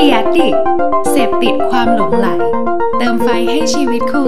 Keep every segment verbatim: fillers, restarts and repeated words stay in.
The Addict เสพติดความหลงใหลเติมไฟให้ชีวิตคุณ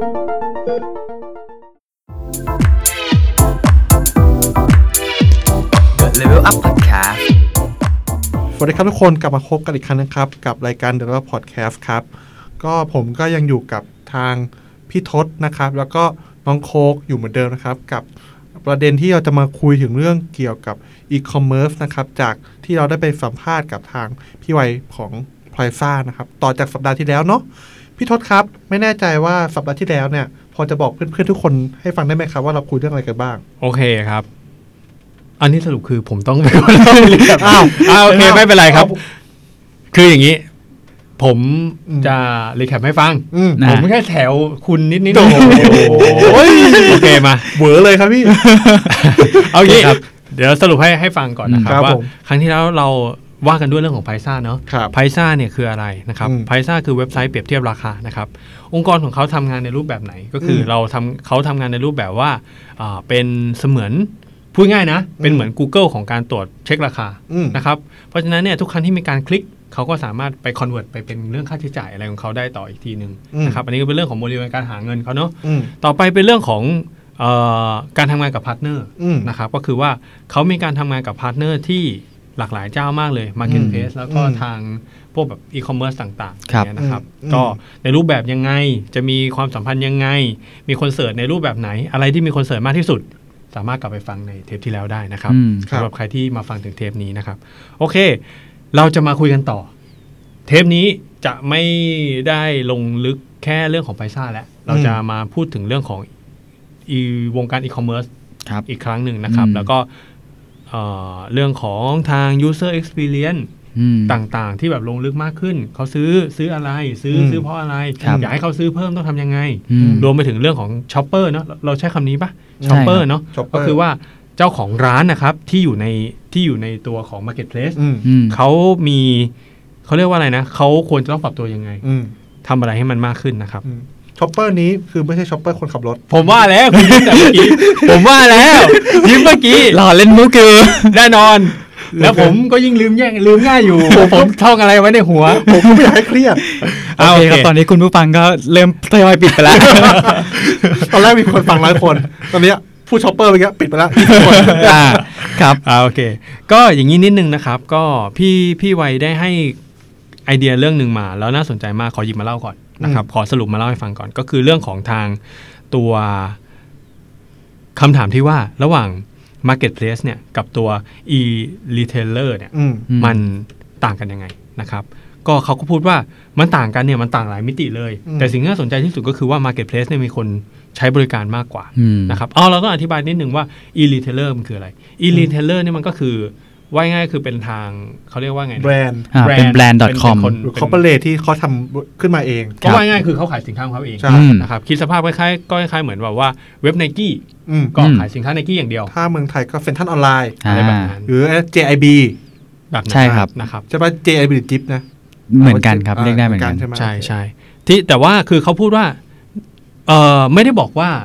The Level Up Podcast สวัสดีครับทุกคนกลับมาพบกันอีกครั้งนะครับกับรายการ The Level Up Podcast ครับก็ผมก็ยังอยู่กับทางพี่ทศนะครับแล้วก็น้องโค้กอยู่เหมือนเดิมนะครับกับประเด็นที่เราจะมาคุยถึงเรื่องเกี่ยวกับ e-commerce นะครับจากที่เราได้ไปสัมภาษณ์กับทางพี่วัยของ Plysa นะครับต่อจากสัปดาห์ที่แล้วเนาะพี่ทศครับไม่แน่ใจว่าสัปดาห์ที่แล้วเนี่ยพอจะบอกเพื่อนๆทุกคนให้ฟังได้ไหมครับว่าเราคุยเรื่องอะไรกันบ้างโอเคครับอันนี้สรุปคือผมต้องไปคนเล่าเลยครับอ้าวอ้าวโอเคไม่เป็นไรครับคืออย่างนี้ผมจะรีแคปให้ฟังผมแค่แถวคุณนิดนิดโอ้ยโอเคมาเวอร์เลยครับพี่โอเคครับเดี๋ยวสรุปให้ให้ฟังก่อนนะครับว่าครั้งที่แล้วเราว่ากันด้วยเรื่องของ Plysa เนาะ Plysa เนี่ยคืออะไรนะครับ Plysa คือเว็บไซต์เปรียบเทียบราคานะครับองค์กรของเขาทำงานในรูปแบบไหนก็คือเราทำเขาทำงานในรูปแบบว่าเป็นเสมือนพูดง่ายนะเป็นเหมือน Google ของการตรวจเช็คราคานะครับเพราะฉะนั้นเนี่ยทุกครั้งที่มีการคลิกเขาก็สามารถไป convert ไปเป็นเรื่องค่าใช้จ่ายอะไรของเขาได้ต่ออีกทีนึงนะครับอันนี้ก็เป็นเรื่องของโมเดลในการหาเงินเขาเนาะต่อไปเป็นเรื่องของเอ่อการทำงานกับพาร์ทเนอร์นะครับก็คือว่าเขามีการทำงานกับพาร์ทเนอร์ที่หลากหลายเจ้ามากเลย Marketplace แล้วก็ทางพวกแบบ e-commerce ต่างๆเนี่ยนะครับก็ในรูปแบบยังไงจะมีความสัมพันธ์ยังไงมีคอนเสิร์ตในรูปแบบไหนอะไรที่มีคอนเสิร์ตมากที่สุดสามารถกลับไปฟังในเทปที่แล้วได้นะครับสำหรับใครที่มาฟังถึงเทปนี้นะครับโอเคเราจะมาคุยกันต่อเทปนี้จะไม่ได้ลงลึกแค่เรื่องของ Plysa แล้วเราจะมาพูดถึงเรื่องของอีวงการ e-commerce อีกครั้งหนึ่งนะครับแล้วก็เอ่อเรื่องของทาง user experience ต่างๆที่แบบลงลึกมากขึ้นเขาซื้อซื้ออะไรซื้อซื้อเพราะอะไรอยากให้เขาซื้อเพิ่มต้องทำยังไงรวมไปถึงเรื่องของ shopper เนาะเราใช้คำนี้ปะ shopper เนาะก็คือว่าเจ้าของร้านนะครับที่อยู่ในที่อยู่ในตัวของ marketplace เขามีเขาเรียกว่าอะไรนะเขาควรจะต้องปรับตัวยังไงทำอะไรให้มันมากขึ้นนะครับช็อปเปอร์นี้คือไม่ใช่ช็อปเปอร์คนขับรถผมว่าแล้วคุณยิ้มแต่เมื่อกี้ผมว่าแล้วยิ้มเมื่อกี้หล่อเล่นมุกคือแน่นอนแล้วผมก็ยิ่งลืมแย่งลืมง่ายอยู่ผมท่องอะไรไว้ในหัวผมก็ไม่อยากให้เครียดโอเคครับตอนนี้คุณผู้ฟังก็เริ่มทยอยปิดไปแล้วตอนแรกมีคนฟังร้อยคนตอนนี้ผู้ช็อปเปอร์ไปแล้วปิดไปแล้วอ่าครับอ่าโอเคก็อย่างนี้นิดนึงนะครับก็พี่พี่วัยได้ให้ไอเดียเรื่องนึงมาแล้วน่าสนใจมากขอหยิบมาเล่าก่อนนะครับขอสรุปมาเล่าให้ฟังก่อนก็คือเรื่องของทางตัวคำถามที่ว่าระหว่าง marketplace เนี่ยกับตัว e-retailer เนี่ยมันต่างกันยังไงนะครับก็เขาก็พูดว่ามันต่างกันเนี่ยมันต่างหลายมิติเลยแต่สิ่งที่น่าสนใจที่สุดก็คือว่า marketplace เนี่ยมีคนใช้บริการมากกว่านะครับอ๋อเราต้องอธิบายนิดนึงว่า e-retailer มันคืออะไร e-retailer เนี่ยมันก็คือว่าง่ายคือเป็นทางเขาเรียกว่าไงแบรนด์เป็นแบรนด์ .com หรือ corporate ที่เขาทำขึ้นมาเองก็ว่าง่ายคือเขาขายสินค้าของเขาเองนะครับคิดสภาพคล้ายๆก็คล้ายๆเหมือนแบบว่าเว็บ Nike ก็ขายสินค้า Nike อย่างเดียวถ้าเมืองไทยก็เซ็นทรัลออนไลน์อะไรแบบนั้นหรือ เจ ไอ บีแบบนั้นใช่ครับนะครับใช่ป่ะ เจ ไอ บี หรือจิ๊บนะเหมือนกันครับเรียกได้เหมือนกันใช่ใช่ที่แต่ว่าคือเขาพูดว่าเออไม่ได้บอกว่า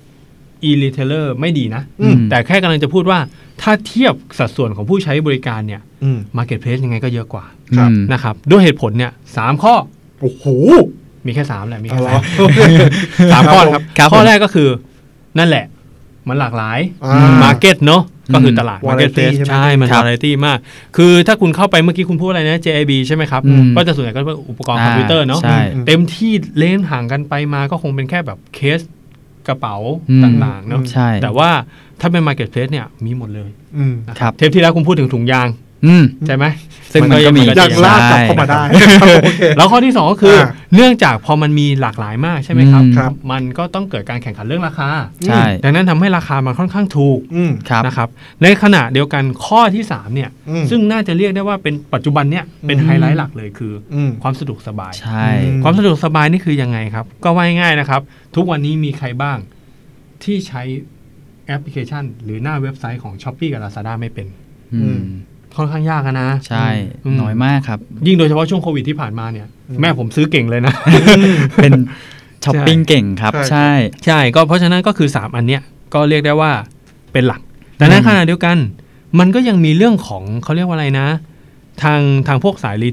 e-retailer ไม่ดีนะแต่แค่กำลังจะพูดว่าถ้าเทียบสัดส่วนของผู้ใช้บริการเนี่ย marketplace ยังไงก็เยอะกว่านะครับด้วยเหตุผลเนี่ยสามข้อโอ้โหมีแค่สามแหละมีแค่สามสามข้อครับข้อแรกก็คือนั่นแหละมันหลากหลาย market เนาะก็คือตลาด marketplace ใช่มัน variety มากคือถ้าคุณเข้าไปเมื่อกี้คุณพูดอะไรนะ เจ ไอ บี ใช่ไหมครับก็จะส่วนใหญ่ก็เป็นอุปกรณ์คอมพิวเตอร์เนาะเต็มที่เลนห่างกันไปมาก็คงเป็นแค่แบบเคสกระเป๋าต่างๆเนาะแต่ว่าถ้าเป็น marketplace เนี่ยมีหมดเลยนะครับเทปที่แล้วคุณพูดถึงถุงยางใช่ไหมซึ่งมันก็มีอยากลากกลับเข้ามาได้แล้วข้อที่สองก็คือเนื่องจากพอมันมีหลากหลายมากใช่ไหมครับมันก็ต้องเกิดการแข่งขันเรื่องราคาดังนั้นทำให้ราคามันค่อนข้างถูกนะครับในขณะเดียวกันข้อที่สามเนี่ยซึ่งน่าจะเรียกได้ว่าเป็นปัจจุบันเนี่ยเป็นไฮไลท์หลักเลยคือความสะดวกสบายความสะดวกสบายนี่คือยังไงครับก็ว่าง่ายๆนะครับทุกวันนี้มีใครบ้างที่ใช้แอปพลิเคชันหรือหน้าเว็บไซต์ของ Shopee กับ Lazada ไม่เป็นค่อนข้างยากนะใช่น้อยมากครับยิ่งโดยเฉพาะช่วงโควิดที่ผ่านมาเนี่ยแม่ผมซื้อเก่งเลยนะเป็นช้อปปิ้งเก่งครับใช่ใช่ก็เพราะฉะนั้นก็คือสามอันเนี้ยก็เรียกได้ว่าเป็นหลักแต่ในขณะเดียวกันมันก็ยังมีเรื่องของเขาเรียกว่าอะไรนะทางทางพวกสายรีเทลเนี่ย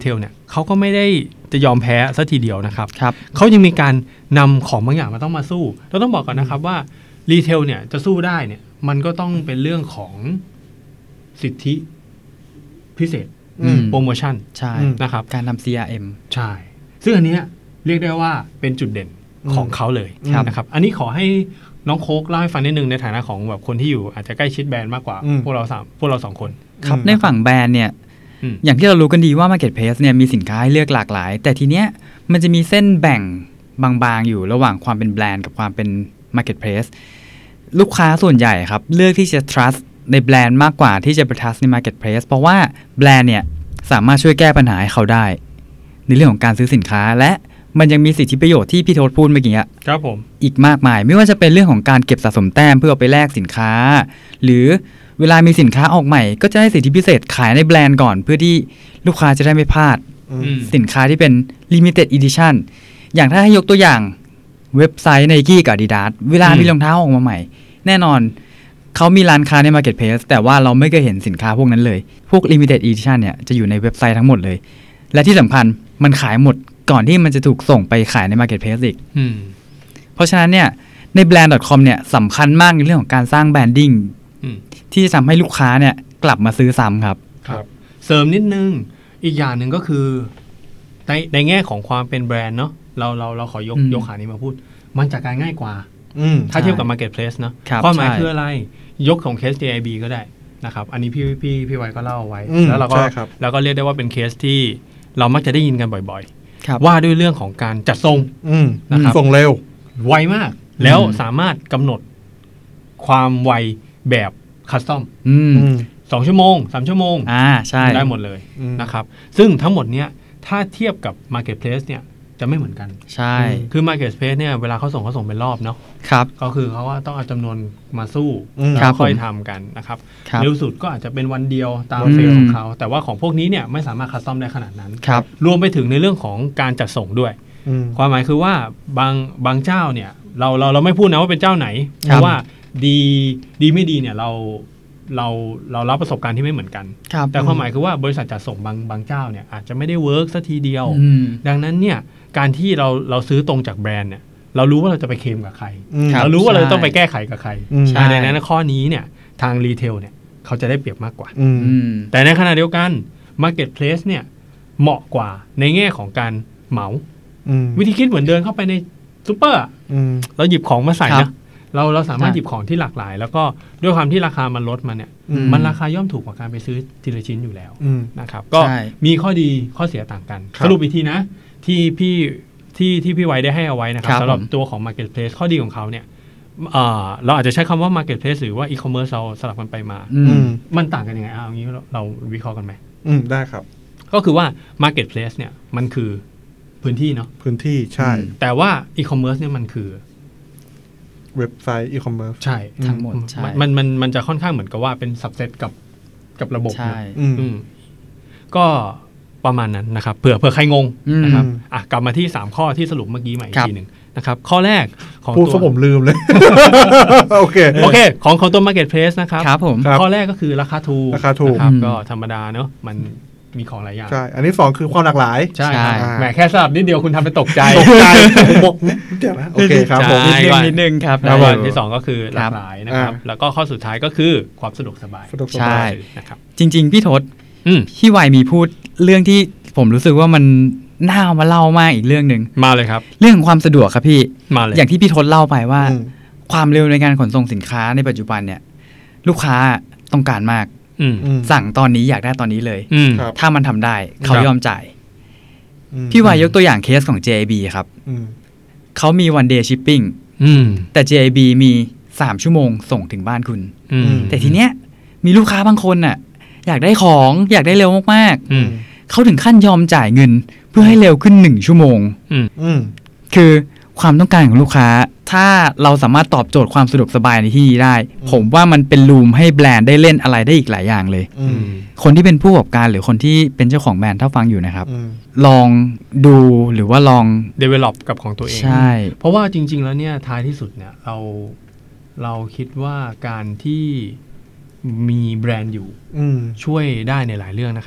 เขาก็ไม่ได้จะยอมแพ้ซะทีเดียวนะครับครับเขายังมีการนำของบางอย่างมาต้องมาสู้เราต้องบอกก่อนนะครับว่ารีเทลเนี่ยจะสู้ได้เนี่ยมันก็ต้องเป็นเรื่องของสิทธิพิเศษอืมโปรโมชั่นใช่นะครับการทำ ซี อาร์ เอ็มใช่ซึ่งอันเนี้ยเรียกได้ว่าเป็นจุดเด่นของเขาเลยครับนะครับอันนี้ขอให้น้องโค้กเล่าให้ฟังนิดนึงในฐานะของแบบคนที่อยู่อาจจะใกล้ชิดแบรนด์มากกว่าอืมพวกเราสามพวกเราสองคนครับอืมในฝั่งแบรนด์เนี่ยอืมอย่างที่เรารู้กันดีว่า Marketplace เนี่ยมีสินค้าให้เลือกหลากหลาย แต่ทีเนี้ยมันจะมีเส้นแบ่งบางๆอยู่ระหว่างความเป็นแบรนด์กับความเป็น Marketplace ลูกค้าส่วนใหญ่ครับเลือกที่จะ trust ในแบรนด์มากกว่าที่จะไป trust ใน Marketplace เพราะว่าแบรนด์เนี่ยสามารถช่วยแก้ปัญหาให้เขาได้ในเรื่องของการซื้อสินค้าและมันยังมีสิทธิประโยชน์ที่พี่โทษพูดเมื่อกี้ครับผมอีกมากมายไม่ว่าจะเป็นเรื่องของการเก็บสะสมแต้มเพื่อเอาไปแลกสินค้า หรือเวลามีสินค้าออกใหม่ก็จะได้สิทธิพิเศษขายในแบรนด์ก่อนเพื่อที่ลูกค้าจะได้ไม่พลาดอืมอืมสินค้าที่เป็น limited edition อย่างถ้าให้ยกตัวอย่างเว็บไซต์ Nike กับ Adidas เวลามีรองเท้าออกมาใหม่ แน่นอนเขามีร้านค้าใน Marketplace แต่ว่าเราไม่เคยเห็นสินค้าพวกนั้นเลยพวก limited edition เนี่ยจะอยู่ในเว็บไซต์ทั้งหมดเลยและที่สำคัญมันขายหมดก่อนที่มันจะถูกส่งไปขายใน Marketplace อีกอืมเพราะฉะนั้นเนี่ยในแบรนด์ .com เนี่ยสำคัญมากในเรื่องของการสร้างแบรนดิ้งอืมที่จะทำให้ลูกค้าเนี่ยกลับมาซื้อซ้ำครับครับเสริมนิดนึงอีกอย่างหนึ่งก็คือในในแง่ของความเป็นแบรนด์เนาะเราเราเราขอยกอืมยกขานี้มาพูด มันจัดการง่ายกว่าอืมถ้าเทียบกับ Marketplace เนาะครับความหมายใช่คืออะไรยกของเคส เจ ไอ บี ก็ได้นะครับอันนี้พี่พี่พี่ไว้ก็เล่าเอาไว้อืมแล้วเราก็ใช่ครับแล้วก็เรียกได้ว่าเป็นเคสที่เรามักจะได้ยินกันบ่อยครับๆ ว่าด้วยเรื่องของการจัดทรงอืมนะครับส่งเร็วไวมาก แล้วสามารถกำหนดความไวแบบคัสตอมอืมอืมสองชั่วโมงสามชั่วโมงอ่าใช่ได้หมดเลยอืมนะครับซึ่งทั้งหมดเนี้ยถ้าเทียบกับ Marketplace เนี่ยจะไม่เหมือนกันใช่คือ Marketplace เนี่ยเวลาเขาส่งเขาส่งเป็นรอบเนาะครับก็คือเขาว่าต้องเอาจำนวนมาสู้อืมแล้วครับค่อยผมทำกันนะครับครับเร็วสุดก็อาจจะเป็นวันเดียวตามอืมเฟสของเขา แต่ว่าของพวกนี้เนี่ยไม่สามารถคัสตอมได้ขนาดนั้นครับรวมไปถึงในเรื่องของการจัดส่งด้วยอืมความหมายคือว่าบางบางเจ้าเนี่ยเราเราเราไม่พูดนะว่าเป็นเจ้าไหน เพราะว่าดีดีไม่ดีเนี่ยเราเราเรารับประสบการณ์ที่ไม่เหมือนกันครับแต่ความหมายคือว่าบริษัทจัดส่งบางบางเจ้าเนี่ยอาจจะไม่ได้เวิร์กสัทีเดียวอืมดังนั้นเนี่ยการที่เราเราซื้อตรงจากแบรนด์เนี่ยเรารู้ว่าเราจะไปเคลมกับใครอืมครับเรารู้ว่าเราใช่ต้องไปแก้ไขกับใครอืมใช่ดังนั้นข้อนี้เนี่ยทางรีเทลเนี่ยเขาจะได้เปรียบมากกว่าอืมอืมแต่ในขณะเดียวกัน Marketplace เนี่ยเหมาะกว่าในแง่ของการเหมาอืมวิธีคิดเหมือนเดินเข้าไปในซูเปอร์อะอืมเราหยิบของมาใส่ครันะบเราเราสามารถใช่หยิบของที่หลากหลาย แล้วก็ด้วยความที่ราคามันลดมาเนี่ยอืมมันราคาย่อมถูกกว่าการไปซื้อทีละชิ้นอยู่แล้วอืมนะครับก็ใช่มีข้อดีข้อเสียต่างกันครับสรุปอีกทีนะ ที่พี่ที่ที่พี่ไว้ได้ให้เอาไว้นะครับครับสำหรับผมตัวของ Marketplace ข้อดีของเขาเนี่ยเอ่อเราอาจจะใช้คำว่า Marketplace หรือว่า e-commerce เราสลับกันไปมาอือืมมมันต่างกันยังไงอ่ะเอางี้เราเราวิเคราะห์กันไหมอืมได้ครับก็คือว่า Marketplace เนี่ยมันคือพื้นที่เนาะพื้นที่ใช่อืมแต่ว่า e-commerce เนี่ยมันคือเว็บไซต์อีคอมเมิร์ซใช่ทั้งหมดใช่มันมันมันจะค่อนข้างเหมือนกับว่าเป็น subset กับกับระบบใช่นะอืมอืมก็ประมาณนั้นนะครับเผื่อเผื่อใครงงอืมนะครับอ่ะกลับมาที่สามข้อที่สรุปเมื่อกี้ใหม่อีครักบทีหนึ่งนะครับ ข้อแรกของพูดตัซะวผมลืมเลย โอเคโอเค ของของตัว Marketplace นะครับครับผมครับข้อแรกก็คือราคาถูกราคาถูกนะครับอืมก็ธรรมดาเนอะมันมีของหลายอย่างใช่ อันนี้สองคือความหลากหลายใช่ครับใช่แหมแค่สลับนิดเดียวคุณทำไปตกใจตกใจผมบอกเดี๋ยวนะโอเคครับผมนิดนึงใช่นิดนึงครับแล้วได้อันอยู่ที่สองก็คือหลากหลายนะครับอ่าแล้วก็ข้อสุดท้ายก็คือความสะดวกสบายสะดวกสใช่บายนะครับจริง ๆ พี่ทศอืมพี่วายมีพูดเรื่องที่ผมรู้สึกว่ามันน่าเอามาเล่ามากอีกเรื่องหนึ่งมาเลยครับเรื่องของความสะดวกครับพี่มาเลยอย่างที่พี่ทศเล่าไปว่าอืมความเร็วในการขนส่งสินค้าในปัจจุบันเนี่ย ลูกค้าต้องการมากอืมอืมสั่งตอนนี้อยากได้ตอนนี้เลยอืมครับถ้ามันทำได้เขาครับยอมจ่ายอืมพี่วายยกตัวอย่างเคสของ เจ ไอ บี ครับอืมเขามี one day shipping อืมแต่ เจ ไอ บี มี สาม ชั่วโมงส่งถึงบ้านคุณอืมแต่ทีเนี้ยมีลูกค้าบางคนน่ะ อยากได้ของอยากได้เร็วมากอืมๆเขาถึงขั้นยอมจ่ายเงิน เพื่อให้เร็วขึ้นหนึ่งชั่วโมงอืมอืมคือความต้องการของลูกค้า ถ้าเราสามารถตอบโจทย์ความสะดวกสบายในที่นี้ได้อืมผมว่ามันเป็นรูมให้แบรนด์ได้เล่นอะไรได้อีกหลายอย่างเลยอืมคนที่เป็นผู้ประกอบการหรือคนที่เป็นเจ้าของแบรนด์ถ้าฟังอยู่นะครับอืมลองดูหรือว่าลอง develop กับของตัวเองใช่เพราะว่าจริง ๆ แล้วเนี่ยท้ายที่สุดเนี่ยเราเราคิดว่าการที่มีแบรนด์อยู่อืมช่วยได้ในหลายเรื่องนะครับ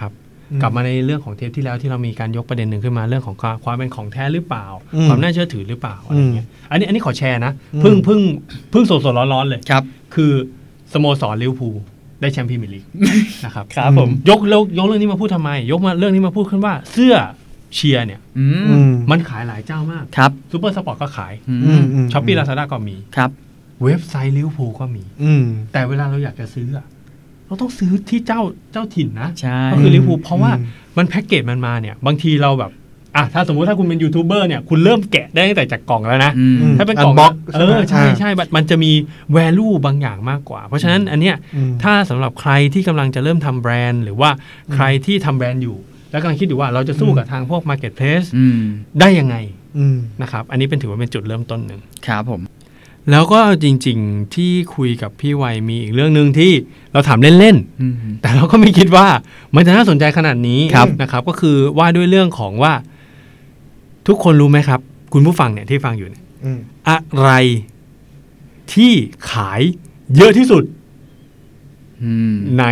กลับมาในเรื่องของเทปที่แล้วที่เรามีการยกประเด็นหนึ่งขึ้นมาเรื่องของความเป็นของแท้หรือเปล่าความน่าเชื่อถือหรือเปล่าอะไรเงี้ยอันนี้อันนี้ขอแชร์นะเพิ่งเพิ่งเพิ่งสดๆร้อนๆเลยครับคือสโมสรลิเวอร์พูลได้แชมป์พรีเมียร์ลีกนะครับครับผมยกยกเรื่องนี้มาพูดทำไมยกมาเรื่องนี้มาพูดขึ้นว่าเสื้อเชียร์เนี่ยมันขายหลายเจ้ามากครับซูเปอร์สปอร์ตก็ขายช้อปปี้ลาซาด้าก็มีครับเว็บไซต์ลิเวอร์พูลก็มีแต่เวลาเราอยากจะซื้อเราต้องซื้อที่เจ้าเจ้าถิ่นนะก็คือลิเวอร์พูลเพราะว่ามันแพ็กเกจมันมาเนี่ยบางทีเราแบบอ่ะถ้าสมมุติถ้าคุณเป็นยูทูบเบอร์เนี่ยคุณเริ่มแกะได้ตั้งแต่จากกล่องแล้วนะถ้าเป็นกล่องเออใช่ใช่มันจะมี value บางอย่างมากกว่าเพราะฉะนั้นอันเนี้ยถ้าสำหรับใครที่กำลังจะเริ่มทำแบรนด์หรือว่าใครที่ทำแบรนด์อยู่แล้วกำลังคิดอยู่ว่าเราจะสู้กับทางพวก marketplace ได้ยังไงนะครับอันนี้เป็นถือว่าเป็นจุดเริ่มต้นหนึ่งครับผมแล้วก็จริงๆที่คุยกับพี่วัยมีอีกเรื่องนึงที่เราถามเล่นๆแต่เราก็ไม่คิดว่ามันจะน่าสนใจขนาดนี้นะครับก็คือว่าด้วยเรื่องของว่าทุกคนรู้ไหมครับคุณผู้ฟังเนี่ยที่ฟังอยู่เนี่ยอะไรที่ขายเยอะที่สุดใน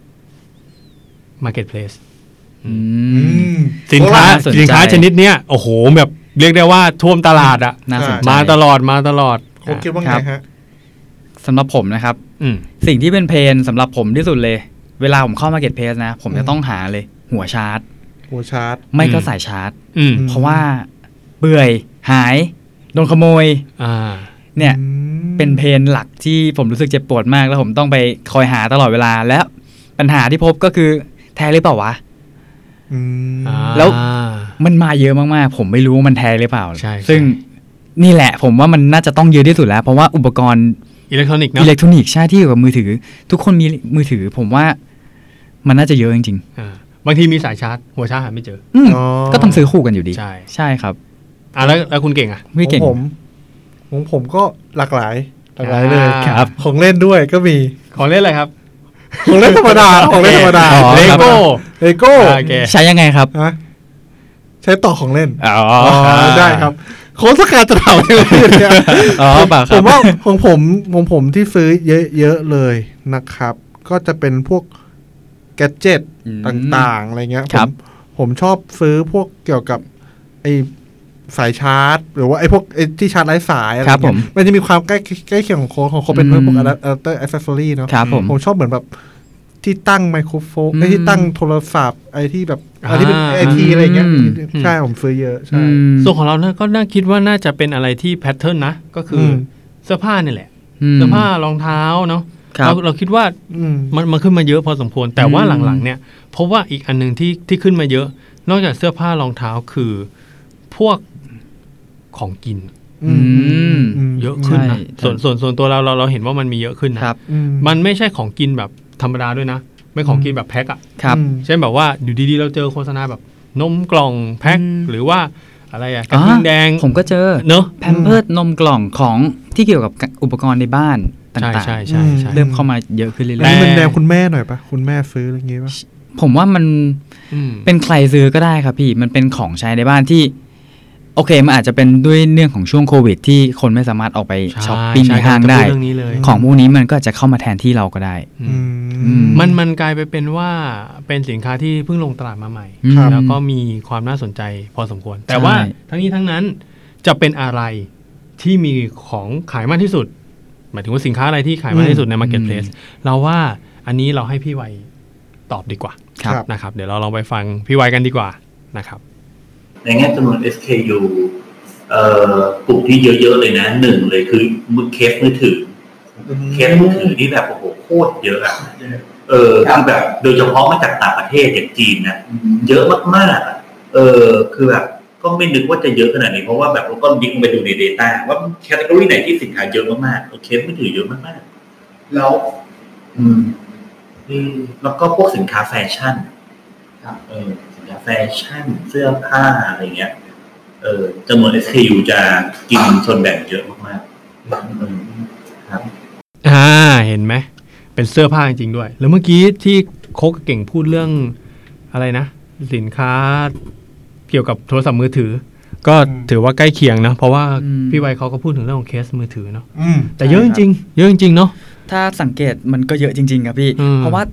marketplace สินค้าสินค้าชนิดเนี้ยโอ้โหแบบเรียกได้ว่าท่วมตลาดอะมาตลอดมาตลอดผมคิดว่าไงฮะสำหรับผมนะครับสิ่งที่เป็นเพนสำหรับผมที่สุดเลยเวลาผมเข้า marketplace นะผมจะต้องหาเลยหัวชาร์จหัวชาร์จไม่ก็สายชาร์จเพราะว่าเปื่อยหายโดนขโมยเนี่ยเป็นเพนหลักที่ผมรู้สึกเจ็บปวดมากแล้วผมต้องไปคอยหาตลอดเวลาแล้วปัญหาที่พบก็คือแท้หรือเปล่าวะแล้วมันมาเยอะมากๆผมไม่รู้ว่ามันแท้หรือเปล่าซึ่งนี่แหละผมว่ามันน่าจะต้องเยอะที่สุดแล้วเพราะว่าอุปกรณ์อิเล็กทรอนิกส์เนาะอิเล็กทรอนิกส์ใช่ที่อยู่กับมือถือทุกคนมีมือถือผมว่ามันน่าจะเยอะจริงๆบางทีมีสายชาร์จหัวชาร์จหาไม่เจอก็ต้องซื้อคู่กันอยู่ดีใช่ใช่ครับอ่ะแล้วแล้วคุณเก่งอ่ะไม่เก่งผมของผมก็หลากหลายหลากหลายเลยครับของเล่นด้วยก็มีของเล่นอะไรครับของเล่นธรรมดาของเล่นธรรมดาเลโก้เลโก้ใช้ยังไงครับใช้ต่อของเล่นอ๋อได้ครับโค้ชการจะถามอะไรเนี่ยอ๋อเปล่าครับผมว่าของผมของผมที่ซื้อเยอะๆเลยนะครับก็จะเป็นพวกแกดเจ็ตต่างๆอะไรเงี้ยผมผมชอบซื้อพวกเกี่ยวกับไอสายชาร์จหรือว่าไอพวกไอที่ชาร์จไร้สายอะไรเงี้ยมันจะมีความใกล้ใกล้เคียงของโค้ชของโค้ชเป็นพวกอะแดปเตอร์แอคเซสซอรี่เนาะผมชอบเหมือนแบบที่ตั้งไมโครโฟนไอที่ตั้งโทรศัพท์ไอที่แบบอะไรที่เป็นไอทีอะไรเงี้ยใช่ผมซื้อเยอะใช่ส่วนของเราเนี่ยก็น่าคิดว่าน่าจะเป็นอะไรที่แพทเทิร์นนะก็คือเสื้อผ้านี่แหละเสื้อผ้ารองเท้าเนาะเราเราคิดว่ามันมันขึ้นมาเยอะพอสมควรแต่ว่าหลังๆเนี่ยเพราะว่าอีกอันนึงที่ที่ขึ้นมาเยอะนอกจากเสื้อผ้ารองเท้าคือพวกของกินเยอะขึ้นนะส่วนส่วนส่วนตัวเราเราเราเห็นว่ามันมีเยอะขึ้นนะมันไม่ใช่ของกินแบบธรรมดาด้วยนะไม่ของกินแบบแพ็คอ่ะเช่นแบบว่าอยู่ดีๆเราเจอโฆษณาแบบนมกล่องแพ็คหรือว่าอะไรอะกระทิงแดงผมก็เจอเนอะแพมเพิร์สนมกล่องของที่เกี่ยวกับอุปกรณ์ในบ้านต่างๆใช่ใช่ใช่เริ่มเข้ามาเยอะขึ้นเรื่อยๆนี่มันแนวคุณแม่หน่อยปะคุณแม่ซื้ออะไรเงี้ยปะผมว่ามันเป็นใครซื้อก็ได้ครับพี่มันเป็นของใช้ในบ้านที่โอเคมันอาจจะเป็นด้วยเรื่องของช่วงโควิดที่คนไม่สามารถออกไปช้อปปิ้งในห้างได้ของพวกนี้มันก็จะเข้ามาแทนที่เราก็ได้มันมันกลายไปเป็นว่าเป็นสินค้าที่เพิ่งลงตลาดมาใหม่แล้วก็มีความน่าสนใจพอสมควรแต่ว่าทั้งนี้ทั้งนั้นจะเป็นอะไรที่มีของขายมากที่สุดหมายถึงว่าสินค้าอะไรที่ขายมากที่สุดใน marketplace เราว่าอันนี้เราให้พี่วัยตอบดีกว่านะครับเดี๋ยวเราลองไปฟังพี่วัยกันดีกว่านะครับในแง่จำนวน เอส เค ยู เอ่อกลุ่มที่เยอะๆเลยนะหนึ่งเลยคือมือเคสมือถือเคสมือถือที่แบบโอ้โหโคตรเยอะอะเออคือแบบโดยเฉพาะมาจากต่างประเทศอย่างจีนนะเยอะมากๆเออคือแบบก็ไม่นึกว่าจะเยอะขนาดนี้เพราะว่าแบบเราก็ยิ่งไปดูใน data ว่าแคตตาล็อกไหนที่สินค้าเยอะมากๆเคสมือถือเยอะมากๆแล้วอืมแล้วก็พวกสินค้าแฟชั่นครับเออแฟชั่นเสื้อผ้าอะไรเงี้ยเออจำนวน เอส เค ยู จะกินส่วนแบ่งเยอะมากๆครับอ่าเห็นไหมเป็นเสื้อผ้าจริงๆด้วยแล้วเมื่อกี้ที่โค้กเก่งพูดเรื่องอะไรนะสินค้าเกี่ยวกับโทรศัพท์มือถือก็ถือว่าใกล้เคียงนะเพราะว่าพี่วัยเขาก็พูดถึงเรื่องของเคสมือถือเนาะแต่เยอะจริงๆเยอะจริงๆเนาะถ้าสังเกตมันก็เยอะจริงๆครับพี่เพราะว่า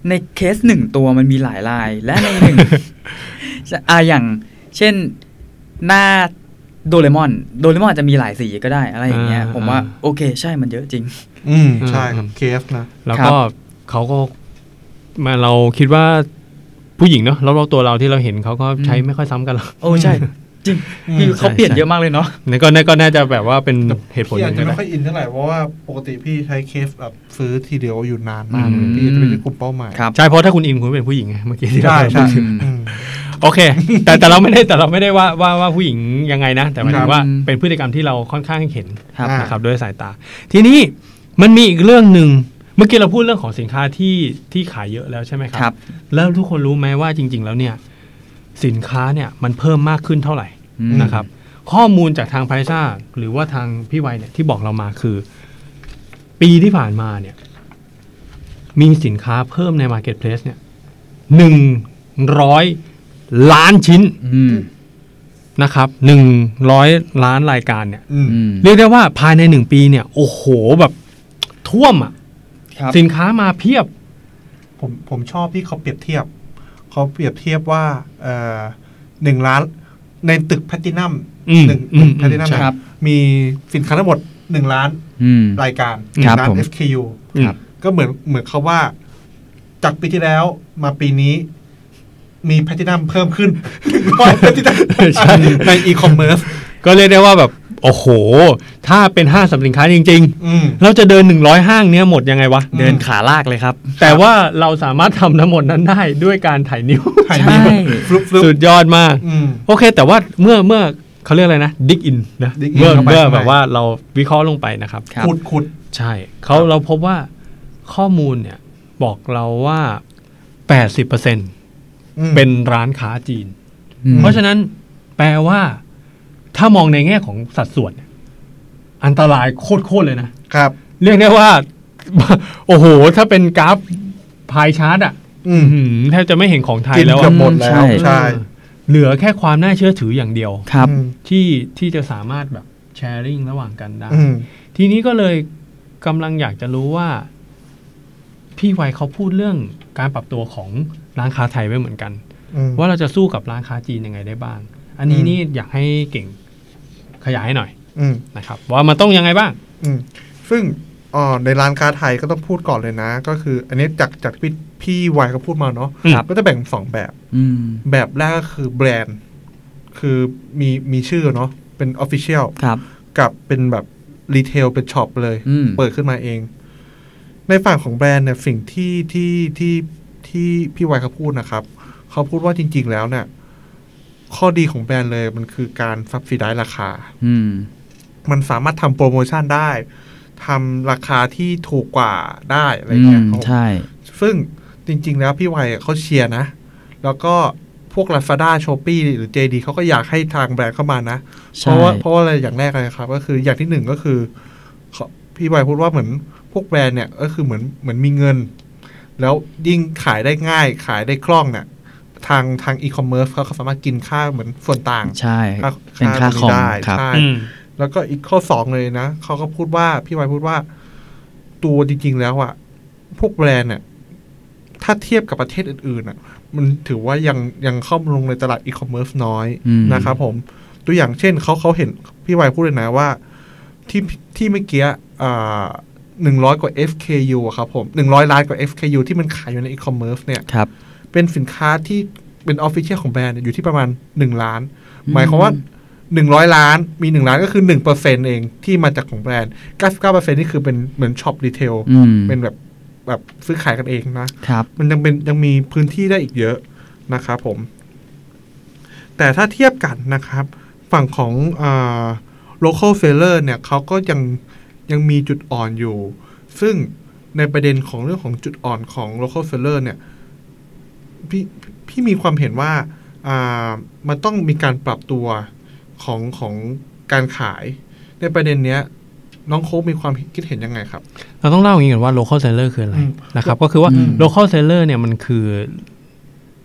ในเคสหนึ่งตัวมันมีหลายลายและในหนึ่ง อ่าอย่างเช่นหน้าโดเรมอนโดเรมอนอาจจะมีหลายสีก็ได้อะไรอย่างเงี้ยผมว่าโอเคใช่มันเยอะจริงอืมใช่ครับเคสนะแล้วก็เขาก็มาเราคิดว่าผู้หญิงเนาะแล้วเราตัวเราที่เราเห็นเขาก็ใช้ไม่ค่อยซ้ำกันหรอกโอ้ใช่จริงคือเขาเปลี่ยนเยอะมากเลยเนาะนี่ก็น่าก็น่าจะแบบว่าเป็นเหตุผลอย่างนี้ไม่ค่อยอินเท่าไหร่เพราะว่าปกติพี่ใช้เคสแบบซื้อทีเดียวอยู่นานมากพี่จะเป็นกลุ่มเป้าหมายใช่เพราะถ้าคุณอินคุณเป็นผู้หญิงไงเมื่อกี้ที่เราใช่โอเคแต่แต่เราไม่ได้แต่เราไม่ได้ว่าว่าว่าผู้หญิงยังไงนะแต่หมายถึงว่าเป็นพฤติกรรมที่เราค่อนข้างเห็นนะครับด้วยสายตาทีนี้มันมีอีกเรื่องนึงเมื่อกี้เราพูดเรื่องของสินค้าที่ที่ขายเยอะแล้วใช่ไหมครับแล้วทุกคนรู้ไหมว่าจริงๆแล้วเนี่ยสินค้าเนี่ยมันเพิ่มมากขึ้นเท่าไหร่นะครับข้อมูลจากทางไพซ่าหรือว่าทางพี่ไวเนี่ยที่บอกเรามาคือปีที่ผ่านมาเนี่ยมีสินค้าเพิ่มใน Marketplace เนี่ยหนึ่งร้อยล้านชิ้นนะครับหนึ่งร้อยล้านรายการเนี่ยเรียกได้ว่าภายในหนึ่งปีเนี่ยโอ้โหแบบท่วมอ่ะสินค้ามาเพียบผมผมชอบที่เขาเปรียบเทียบเขาเปรียบเทียบว่าเอ่อหนึ่งล้านในตึกแพลตินัมหนึ่งตึกแพลตินัมมีสินค้าทั้งหมดหนึ่งล้านรายการหนึ่งล้าน เอส เค ยู ก็เหมือนเหมือนเขาว่าจากปีที่แล้วมาปีนี้มีแพลตินัมเพิ่มขึ้นร้อยแพลตินัมในอีคอมเมิร์ซก็เรียกได้ว่าแบบโอ้โหถ้าเป็นห้างสรรพสินค้าจริงๆเราจะเดินหนึ่งร้อยห้างเนี้ยหมดยังไงวะเดินขาลากเลยครับแต่ว่าเราสามารถทำทั้งหมดนั้นได้ด้วยการถ่ายนิ้วใช่สุดยอดมากโอเคแต่ว่าเมื่อเมื่อเขาเรียกอะไรนะดิกอินนะเมื่อเมื่อแบบว่าเราวิเคราะห์ลงไปนะครับขุดขุดใช่เขาเราพบว่าข้อมูลเนี่ยบอกเราว่า แปดสิบเปอร์เซ็นต์ เป็นร้านค้าจีนเพราะฉะนั้นแปลว่าถ้ามองในแง่ของสัดส่วนอันตรายโคตรๆเลยนะครับเรียกได้ว่าโอ้โหถ้าเป็นกราฟพายชาร์ตอ่ะแทบจะไม่เห็นของไทยแล้วหมดแล้วใช่เหลือแค่ความน่าเชื่อถืออย่างเดียวครับที่ที่จะสามารถแบบแชร์ริ่งระหว่างกันได้ทีนี้ก็เลยกำลังอยากจะรู้ว่าพี่ไวเขาพูดเรื่องการปรับตัวของร้านค้าไทยไว้เหมือนกันว่าเราจะสู้กับร้านค้าจีนยังไงได้บ้างอันนี้นี่อยากให้เก่งขยายให้หน่อยนะครับว่ามันต้องยังไงบ้างซึ่งอ๋อในร้านค้าไทยก็ต้องพูดก่อนเลยนะก็คืออันนี้จากจากพี่พี่ไวเขาพูดมาเนาะก็จะแบ่งสองแบบแบบแรกก็คือแบรนด์คือมีมีชื่อเนาะเป็น Official กับเป็นแบบรีเทลเป็นช็อปเลยเปิดขึ้นมาเองในฝั่งของแบรนด์เนี่ยสิ่งที่ที่ที่ที่พี่ไวเขาพูดนะครับเขาพูดว่าจริงๆแล้วเนี่ยข้อดีของแบรนด์เลยมันคือการซับซิไดซ์ราคามันสามารถทำโปรโมชั่นได้ทำราคาที่ถูกกว่าได้อะไรเงี้ยใช่ซึ่งจริงๆแล้วพี่ไวเขาเชียร์นะแล้วก็พวก Lazada Shopee หรือ เจ ดี เขาก็อยากให้ทางแบรนด์เข้ามานะเพราะว่าเพราะว่าอะไรอย่างแรกเลยครับก็คืออย่างที่หนึ่งก็คือพี่ไวพูดว่าเหมือนพวกแบรนด์เนี่ยก็คือเหมือนเหมือนมีเงินแล้วยิ่งขายได้ง่ายขายได้คล่องเนี่ยทางทางอีคอมเมิร์ซเขาสามารถกินค่าเหมือนส่วนต่างใช่เป็นค่าของได้ใช่แล้วก็อีกข้อสองเลยนะเขาก็พูดว่าพี่ไวพูดว่าตัวจริงๆแล้วอะพวกแบรนด์เนี่ยถ้าเทียบกับประเทศอื่นๆอะมันถือว่ายังยังเข้ามาลงในตลาดอีคอมเมิร์ซน้อยนะครับผมตัวอย่างเช่นเขาเขาเห็นพี่ไวพูดเลยนะว่าที่ที่เมื่อกี้หนึ่งร้อยกว่า เอส เค ยู ครับผมหนึ่งร้อยล้านกว่า เอส เค ยู ที่มันขายอยู่ในอีคอมเมิร์ซเนี่ยเป็นสินค้าที่เป็นออฟฟิเชียลของแบรนด์อยู่ที่ประมาณหนึ่งล้านหมายความว่าหนึ่งร้อยล้านมีหนึ่งล้านก็คือ หนึ่งเปอร์เซ็นต์ เองที่มาจากของแบรนด์ เก้าสิบเก้าเปอร์เซ็นต์ นี่คือเป็นเหมือนช็อปรีเทลเป็นแบบแบบซื้อขายกันเองนะครับมันยังเป็นยังมีพื้นที่ได้อีกเยอะนะครับผมแต่ถ้าเทียบกันนะครับฝั่งของอ่า local seller เนี่ยเขาก็ยังยังมีจุดอ่อนอยู่ซึ่งในประเด็นของเรื่องของจุดอ่อนของ local seller เนี่ยพี่พี่มีความเห็นว่าอ่ามันต้องมีการปรับตัวของของการขายในประเด็นเนี้ยน้องโค้กมีความคิดเห็นยังไงครับเราต้องเล่าอย่างนี้ก่อนว่า local seller คืออะไรนะครับก็คือว่า local seller เนี่ยมันคือ